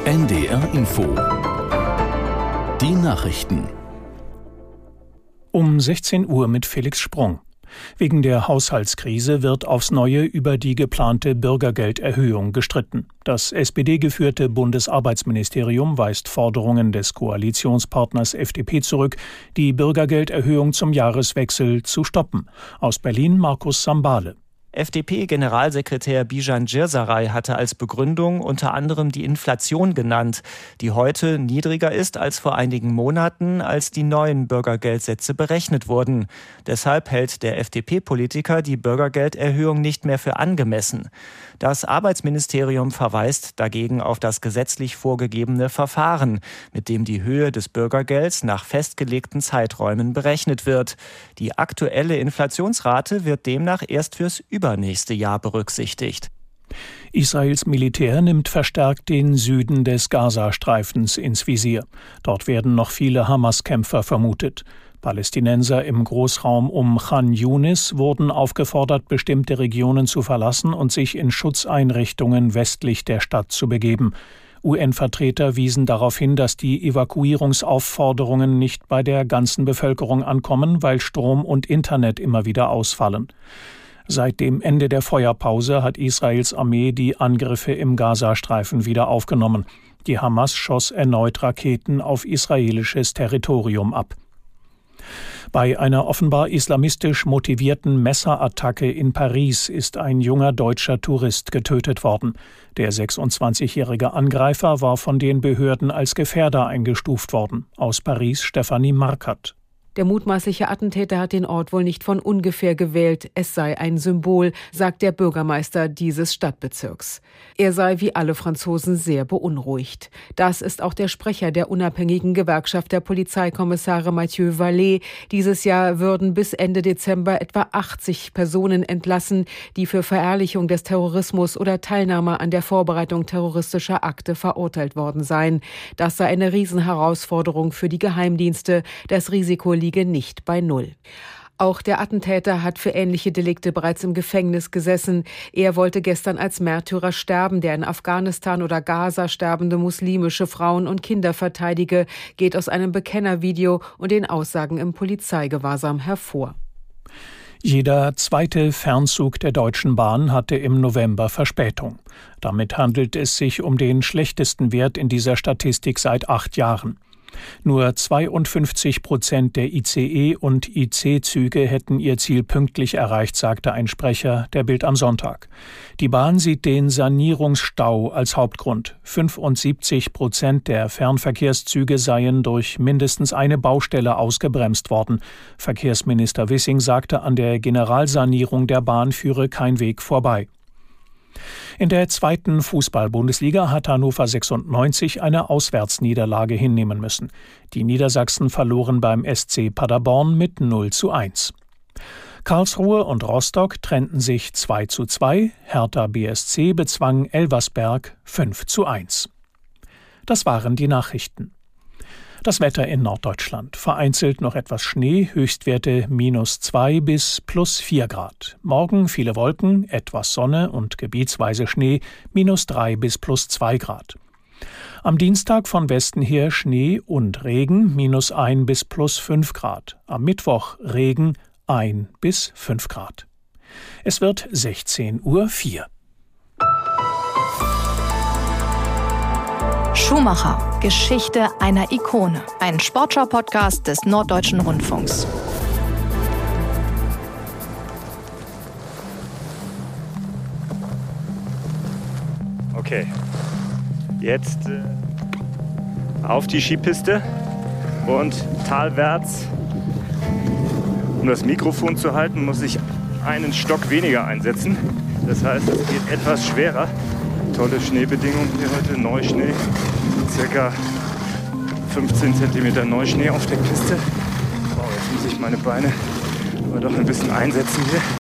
NDR Info. Die Nachrichten. Um 16 Uhr mit Felix Sprung. Wegen der Haushaltskrise wird aufs Neue über die geplante Bürgergelderhöhung gestritten. Das SPD-geführte Bundesarbeitsministerium weist Forderungen des Koalitionspartners FDP zurück, die Bürgergelderhöhung zum Jahreswechsel zu stoppen. Aus Berlin Markus Sambale. FDP-Generalsekretär Bijan Girsaray hatte als Begründung unter anderem die Inflation genannt, die heute niedriger ist als vor einigen Monaten, als die neuen Bürgergeldsätze berechnet wurden. Deshalb hält der FDP-Politiker die Bürgergelderhöhung nicht mehr für angemessen. Das Arbeitsministerium verweist dagegen auf das gesetzlich vorgegebene Verfahren, mit dem die Höhe des Bürgergelds nach festgelegten Zeiträumen berechnet wird. Die aktuelle Inflationsrate wird demnach erst fürs übernächste Jahr berücksichtigt. Israels Militär nimmt verstärkt den Süden des Gazastreifens ins Visier. Dort werden noch viele Hamas-Kämpfer vermutet. Palästinenser im Großraum um Chan Yunis wurden aufgefordert, bestimmte Regionen zu verlassen und sich in Schutzeinrichtungen westlich der Stadt zu begeben. UN-Vertreter wiesen darauf hin, dass die Evakuierungsaufforderungen nicht bei der ganzen Bevölkerung ankommen, weil Strom und Internet immer wieder ausfallen. Seit dem Ende der Feuerpause hat Israels Armee die Angriffe im Gazastreifen wieder aufgenommen. Die Hamas schoss erneut Raketen auf israelisches Territorium ab. Bei einer offenbar islamistisch motivierten Messerattacke in Paris ist ein junger deutscher Tourist getötet worden. Der 26-jährige Angreifer war von den Behörden als Gefährder eingestuft worden. Aus Paris Stefanie Markert. Der mutmaßliche Attentäter hat den Ort wohl nicht von ungefähr gewählt. Es sei ein Symbol, sagt der Bürgermeister dieses Stadtbezirks. Er sei wie alle Franzosen sehr beunruhigt. Das ist auch der Sprecher der unabhängigen Gewerkschaft der Polizeikommissare Mathieu Vallée. Dieses Jahr würden bis Ende Dezember etwa 80 Personen entlassen, die für Verherrlichung des Terrorismus oder Teilnahme an der Vorbereitung terroristischer Akte verurteilt worden seien. Das sei eine Riesenherausforderung für die Geheimdienste. Das Risiko liege nicht bei Null. Auch der Attentäter hat für ähnliche Delikte bereits im Gefängnis gesessen. Er wollte gestern als Märtyrer sterben, der in Afghanistan oder Gaza sterbende muslimische Frauen und Kinder verteidige, geht aus einem Bekennervideo und den Aussagen im Polizeigewahrsam hervor. Jeder zweite Fernzug der Deutschen Bahn hatte im November Verspätung. Damit handelt es sich um den schlechtesten Wert in dieser Statistik seit 8 Jahren. Nur 52% der ICE- und IC-Züge hätten ihr Ziel pünktlich erreicht, sagte ein Sprecher der Bild am Sonntag. Die Bahn sieht den Sanierungsstau als Hauptgrund. 75% der Fernverkehrszüge seien durch mindestens eine Baustelle ausgebremst worden. Verkehrsminister Wissing sagte, an der Generalsanierung der Bahn führe kein Weg vorbei. In der zweiten Fußball-Bundesliga hat Hannover 96 eine Auswärtsniederlage hinnehmen müssen. Die Niedersachsen verloren beim SC Paderborn mit 0:1. Karlsruhe und Rostock trennten sich 2:2. Hertha BSC bezwang Elversberg 5:1. Das waren die Nachrichten. Das Wetter in Norddeutschland. Vereinzelt noch etwas Schnee, Höchstwerte -2 bis +4 Grad. Morgen viele Wolken, etwas Sonne und gebietsweise Schnee, -3 bis +2 Grad. Am Dienstag von Westen her Schnee und Regen, -1 bis +5 Grad. Am Mittwoch Regen, 1 bis 5 Grad. Es wird 16:04 Uhr. Schumacher. Geschichte einer Ikone. Ein Sportschau-Podcast des Norddeutschen Rundfunks. Okay, jetzt auf die Skipiste und talwärts. Um das Mikrofon zu halten, muss ich einen Stock weniger einsetzen. Das heißt, es geht etwas schwerer. Tolle Schneebedingungen hier heute, Neuschnee, circa 15 cm Neuschnee auf der Piste. Wow, jetzt muss ich meine Beine aber doch ein bisschen einsetzen hier.